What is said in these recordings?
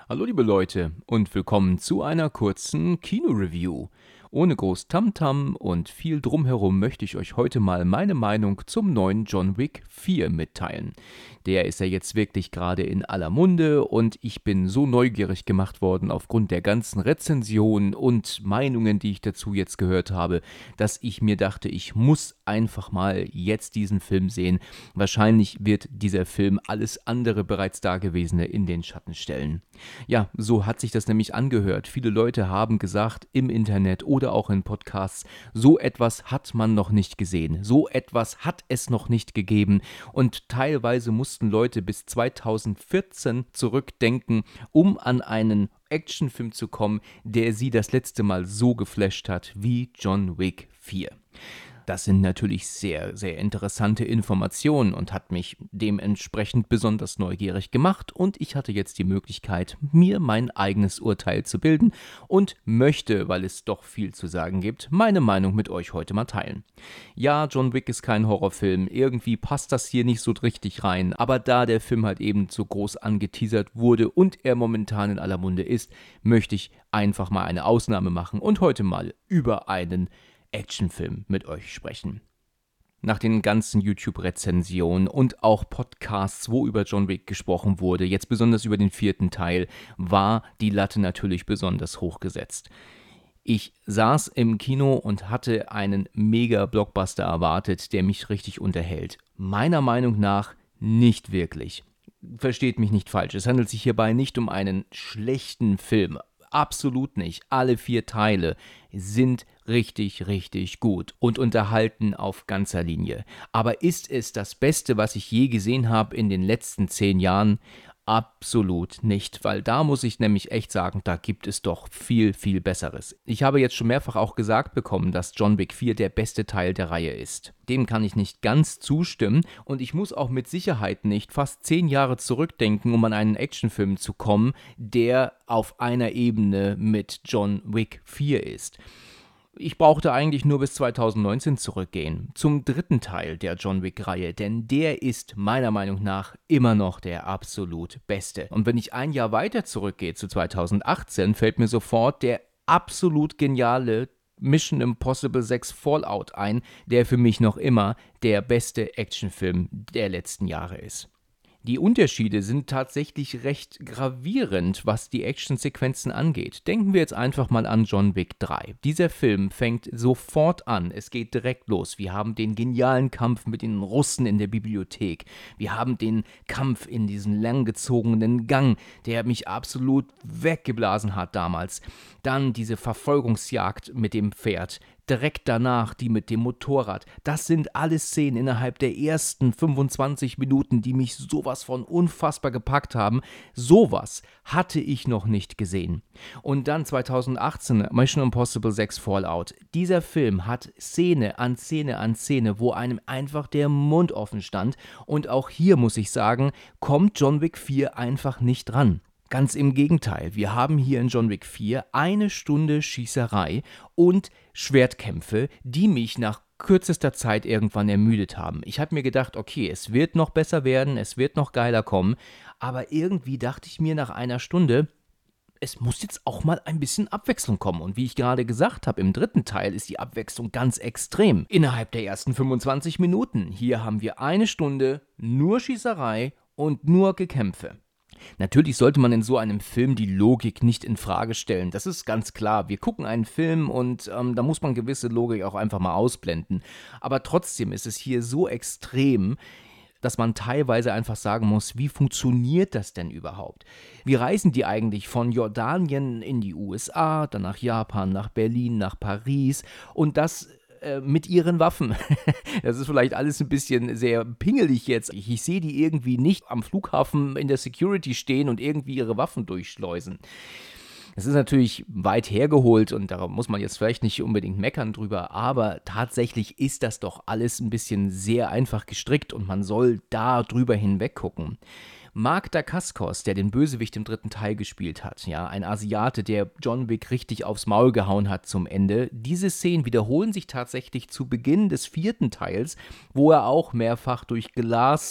Hallo liebe Leute und willkommen zu einer kurzen Kino-Review. Ohne groß Tamtam und viel Drumherum möchte ich euch heute mal meine Meinung zum neuen John Wick 4 mitteilen. Der ist ja jetzt wirklich gerade in aller Munde und ich bin so neugierig gemacht worden aufgrund der ganzen Rezensionen und Meinungen, die ich dazu jetzt gehört habe, dass ich mir dachte, ich muss einfach mal jetzt diesen Film sehen. Wahrscheinlich wird dieser Film alles andere bereits Dagewesene in den Schatten stellen. Ja, so hat sich das nämlich angehört. Viele Leute haben gesagt im Internet oder auch in Podcasts, so etwas hat man noch nicht gesehen, so etwas hat es noch nicht gegeben und teilweise mussten Leute bis 2014 zurückdenken, um an einen Actionfilm zu kommen, der sie das letzte Mal so geflasht hat wie John Wick 4. Das sind natürlich sehr, sehr interessante Informationen und hat mich dementsprechend besonders neugierig gemacht und ich hatte jetzt die Möglichkeit, mir mein eigenes Urteil zu bilden und möchte, weil es doch viel zu sagen gibt, meine Meinung mit euch heute mal teilen. Ja, John Wick ist kein Horrorfilm, irgendwie passt das hier nicht so richtig rein, aber da der Film halt eben so groß angeteasert wurde und er momentan in aller Munde ist, möchte ich einfach mal eine Ausnahme machen und heute mal über einen Actionfilm mit euch sprechen. Nach den ganzen YouTube-Rezensionen und auch Podcasts, wo über John Wick gesprochen wurde, jetzt besonders über den 4. Teil, war die Latte natürlich besonders hoch gesetzt. Ich saß im Kino und hatte einen Mega-Blockbuster erwartet, der mich richtig unterhält. Meiner Meinung nach nicht wirklich. Versteht mich nicht falsch, es handelt sich hierbei nicht um einen schlechten Film. Absolut nicht. Alle 4 Teile sind richtig, richtig gut und unterhalten auf ganzer Linie. Aber ist es das Beste, was ich je gesehen habe in den letzten 10 Jahren? Absolut nicht, weil da muss ich nämlich echt sagen, da gibt es doch viel, viel Besseres. Ich habe jetzt schon mehrfach auch gesagt bekommen, dass John Wick 4 der beste Teil der Reihe ist. Dem kann ich nicht ganz zustimmen und ich muss auch mit Sicherheit nicht fast 10 Jahre zurückdenken, um an einen Actionfilm zu kommen, der auf einer Ebene mit John Wick 4 ist. Ich brauchte eigentlich nur bis 2019 zurückgehen, zum 3. Teil der John Wick-Reihe, denn der ist meiner Meinung nach immer noch der absolut beste. Und wenn ich ein Jahr weiter zurückgehe, zu 2018, fällt mir sofort der absolut geniale Mission Impossible 6 Fallout ein, der für mich noch immer der beste Actionfilm der letzten Jahre ist. Die Unterschiede sind tatsächlich recht gravierend, was die Actionsequenzen angeht. Denken wir jetzt einfach mal an John Wick 3. Dieser Film fängt sofort an, es geht direkt los. Wir haben den genialen Kampf mit den Russen in der Bibliothek. Wir haben den Kampf in diesem langgezogenen Gang, der mich absolut weggeblasen hat damals. Dann diese Verfolgungsjagd mit dem Pferd. Direkt danach die mit dem Motorrad. Das sind alles Szenen innerhalb der ersten 25 Minuten, die mich sowas von unfassbar gepackt haben. Sowas hatte ich noch nicht gesehen. Und dann 2018 Mission Impossible 6 Fallout. Dieser Film hat Szene an Szene an Szene, wo einem einfach der Mund offen stand. Und auch hier muss ich sagen, kommt John Wick 4 einfach nicht ran. Ganz im Gegenteil, wir haben hier in John Wick 4 eine Stunde Schießerei und Schwertkämpfe, die mich nach kürzester Zeit irgendwann ermüdet haben. Ich habe mir gedacht, okay, es wird noch besser werden, es wird noch geiler kommen, aber irgendwie dachte ich mir nach einer Stunde, es muss jetzt auch mal ein bisschen Abwechslung kommen. Und wie ich gerade gesagt habe, im 3. Teil ist die Abwechslung ganz extrem. Innerhalb der ersten 25 Minuten. Hier haben wir eine Stunde nur Schießerei und nur Gekämpfe. Natürlich sollte man in so einem Film die Logik nicht in Frage stellen. Das ist ganz klar. Wir gucken einen Film und da muss man gewisse Logik auch einfach mal ausblenden. Aber trotzdem ist es hier so extrem, dass man teilweise einfach sagen muss, wie funktioniert das denn überhaupt? Wie reisen die eigentlich von Jordanien in die USA, dann nach Japan, nach Berlin, nach Paris und das mit ihren Waffen. Das ist vielleicht alles ein bisschen sehr pingelig jetzt. Ich sehe die irgendwie nicht am Flughafen in der Security stehen und irgendwie ihre Waffen durchschleusen. Das ist natürlich weit hergeholt und da muss man jetzt vielleicht nicht unbedingt meckern drüber, aber tatsächlich ist das doch alles ein bisschen sehr einfach gestrickt und man soll da drüber hinweg gucken. Mark Dacascos, der den Bösewicht im 3. Teil gespielt hat, ja, ein Asiate, der John Wick richtig aufs Maul gehauen hat zum Ende, diese Szenen wiederholen sich tatsächlich zu Beginn des 4. Teils, wo er auch mehrfach durch Glas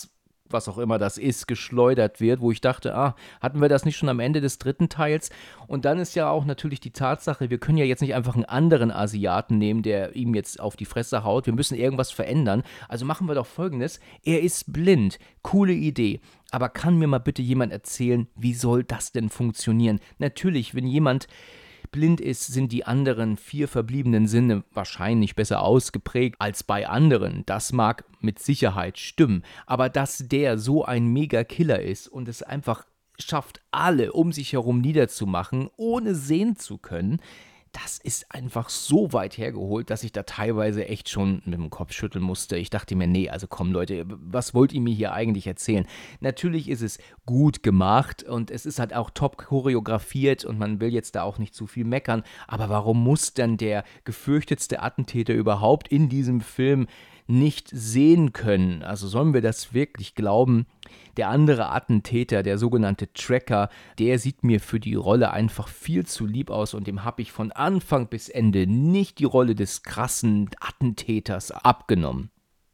was auch immer das ist, geschleudert wird, wo ich dachte, hatten wir das nicht schon am Ende des dritten Teils? Und dann ist ja auch natürlich die Tatsache, wir können ja jetzt nicht einfach einen anderen Asiaten nehmen, der ihm jetzt auf die Fresse haut. Wir müssen irgendwas verändern. Also machen wir doch Folgendes. Er ist blind. Coole Idee. Aber kann mir mal bitte jemand erzählen, wie soll das denn funktionieren? Natürlich, wenn jemand blind ist, sind die anderen 4 verbliebenen Sinne wahrscheinlich besser ausgeprägt als bei anderen. Das mag mit Sicherheit stimmen. Aber dass der so ein Mega-Killer ist und es einfach schafft, alle um sich herum niederzumachen, ohne sehen zu können, das ist einfach so weit hergeholt, dass ich da teilweise echt schon mit dem Kopf schütteln musste. Ich dachte mir, nee, also komm Leute, was wollt ihr mir hier eigentlich erzählen? Natürlich ist es gut gemacht und es ist halt auch top choreografiert und man will jetzt da auch nicht zu viel meckern, aber warum muss dann der gefürchtetste Attentäter überhaupt in diesem Film nicht sehen können? Also sollen wir das wirklich glauben? Der andere Attentäter, der sogenannte Tracker, der sieht mir für die Rolle einfach viel zu lieb aus und dem habe ich von Anfang bis Ende nicht die Rolle des krassen Attentäters abgenommen.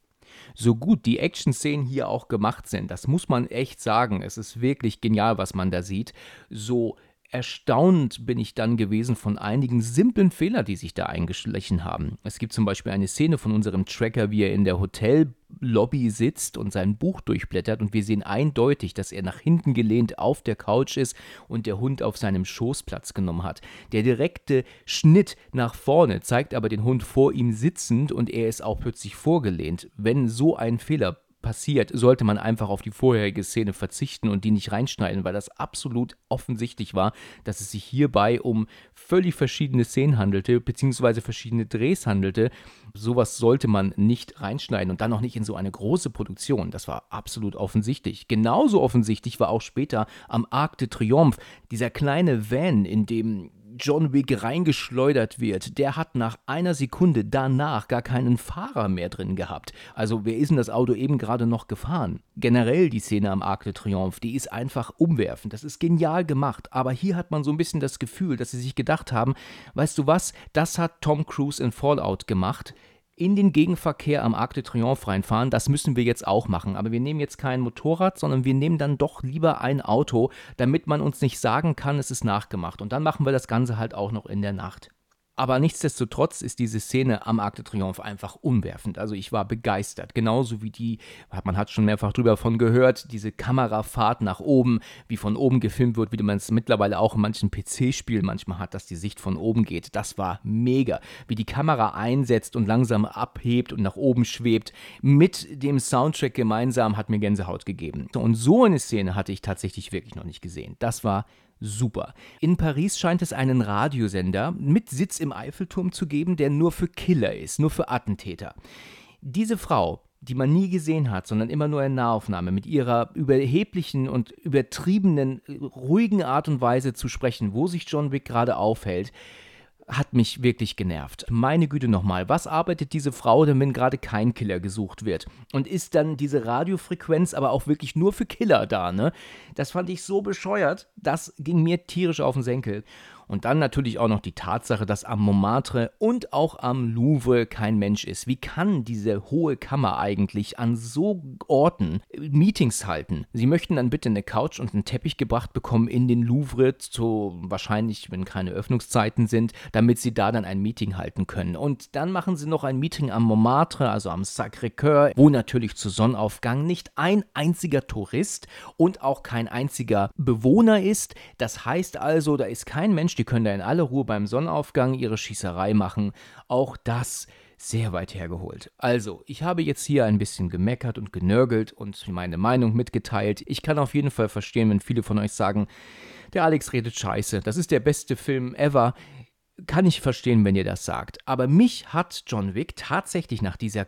So gut die Action-Szenen hier auch gemacht sind, das muss man echt sagen, es ist wirklich genial, was man da sieht, so erstaunt bin ich dann gewesen von einigen simplen Fehlern, die sich da eingeschlichen haben. Es gibt zum Beispiel eine Szene von unserem Tracker, wie er in der Hotellobby sitzt und sein Buch durchblättert und wir sehen eindeutig, dass er nach hinten gelehnt auf der Couch ist und der Hund auf seinem Schoß Platz genommen hat. Der direkte Schnitt nach vorne zeigt aber den Hund vor ihm sitzend und er ist auch plötzlich vorgelehnt. Wenn so ein Fehler passiert, sollte man einfach auf die vorherige Szene verzichten und die nicht reinschneiden, weil das absolut offensichtlich war, dass es sich hierbei um völlig verschiedene Szenen handelte, beziehungsweise verschiedene Drehs handelte. Sowas sollte man nicht reinschneiden und dann noch nicht in so eine große Produktion. Das war absolut offensichtlich. Genauso offensichtlich war auch später am Arc de Triomphe dieser kleine Van, in dem John Wick reingeschleudert wird, der hat nach einer Sekunde danach gar keinen Fahrer mehr drin gehabt. Also wer ist denn das Auto eben gerade noch gefahren? Generell die Szene am Arc de Triomphe, die ist einfach umwerfend. Das ist genial gemacht, aber hier hat man so ein bisschen das Gefühl, dass sie sich gedacht haben, weißt du was, das hat Tom Cruise in Fallout gemacht. In den Gegenverkehr am Arc de Triomphe reinfahren, das müssen wir jetzt auch machen. Aber wir nehmen jetzt kein Motorrad, sondern wir nehmen dann doch lieber ein Auto, damit man uns nicht sagen kann, es ist nachgemacht. Und dann machen wir das Ganze halt auch noch in der Nacht. Aber nichtsdestotrotz ist diese Szene am Arc de Triomphe einfach umwerfend. Also ich war begeistert. Genauso wie die, man hat schon mehrfach drüber von gehört, diese Kamerafahrt nach oben, wie von oben gefilmt wird, wie man es mittlerweile auch in manchen PC-Spielen manchmal hat, dass die Sicht von oben geht. Das war mega. Wie die Kamera einsetzt und langsam abhebt und nach oben schwebt. Mit dem Soundtrack gemeinsam hat mir Gänsehaut gegeben. Und so eine Szene hatte ich tatsächlich wirklich noch nicht gesehen. Das war super. In Paris scheint es einen Radiosender mit Sitz im Eiffelturm zu geben, der nur für Killer ist, nur für Attentäter. Diese Frau, die man nie gesehen hat, sondern immer nur in Nahaufnahme, mit ihrer überheblichen und übertriebenen, ruhigen Art und Weise zu sprechen, wo sich John Wick gerade aufhält, hat mich wirklich genervt. Meine Güte nochmal, was arbeitet diese Frau denn, wenn gerade kein Killer gesucht wird? Und ist dann diese Radiofrequenz aber auch wirklich nur für Killer da, ne? Das fand ich so bescheuert, das ging mir tierisch auf den Senkel. Und dann natürlich auch noch die Tatsache, dass am Montmartre und auch am Louvre kein Mensch ist. Wie kann diese hohe Kammer eigentlich an so Orten Meetings halten? Sie möchten dann bitte eine Couch und einen Teppich gebracht bekommen in den Louvre, wahrscheinlich, wenn keine Öffnungszeiten sind, damit sie da dann ein Meeting halten können. Und dann machen sie noch ein Meeting am Montmartre, also am Sacré-Cœur, wo natürlich zu Sonnenaufgang nicht ein einziger Tourist und auch kein einziger Bewohner ist. Das heißt also, da ist kein Mensch, die können da in aller Ruhe beim Sonnenaufgang ihre Schießerei machen. Auch das sehr weit hergeholt. Also, ich habe jetzt hier ein bisschen gemeckert und genörgelt und meine Meinung mitgeteilt. Ich kann auf jeden Fall verstehen, wenn viele von euch sagen, der Alex redet scheiße, das ist der beste Film ever. Kann ich verstehen, wenn ihr das sagt. Aber mich hat John Wick tatsächlich nach dieser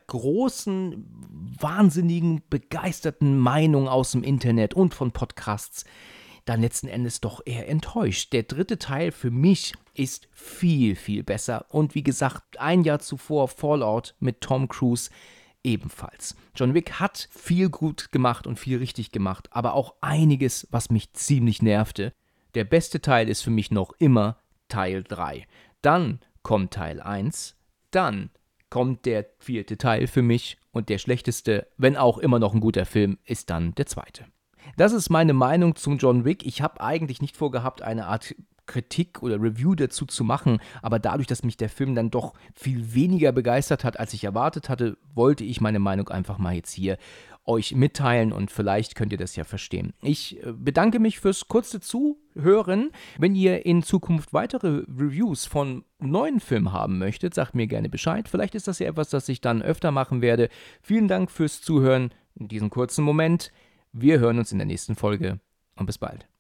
großen, wahnsinnigen, begeisterten Meinung aus dem Internet und von Podcasts dann letzten Endes doch eher enttäuscht. Der dritte Teil für mich ist viel, viel besser. Und wie gesagt, ein Jahr zuvor Fallout mit Tom Cruise ebenfalls. John Wick hat viel gut gemacht und viel richtig gemacht, aber auch einiges, was mich ziemlich nervte. Der beste Teil ist für mich noch immer Teil 3. Dann kommt Teil 1, dann kommt der 4. Teil für mich und der schlechteste, wenn auch immer noch ein guter Film, ist dann der 2. Das ist meine Meinung zum John Wick. Ich habe eigentlich nicht vorgehabt, eine Art Kritik oder Review dazu zu machen, aber dadurch, dass mich der Film dann doch viel weniger begeistert hat, als ich erwartet hatte, wollte ich meine Meinung einfach mal jetzt hier euch mitteilen und vielleicht könnt ihr das ja verstehen. Ich bedanke mich fürs kurze Zuhören. Wenn ihr in Zukunft weitere Reviews von neuen Filmen haben möchtet, sagt mir gerne Bescheid. Vielleicht ist das ja etwas, das ich dann öfter machen werde. Vielen Dank fürs Zuhören in diesem kurzen Moment. Wir hören uns in der nächsten Folge und bis bald.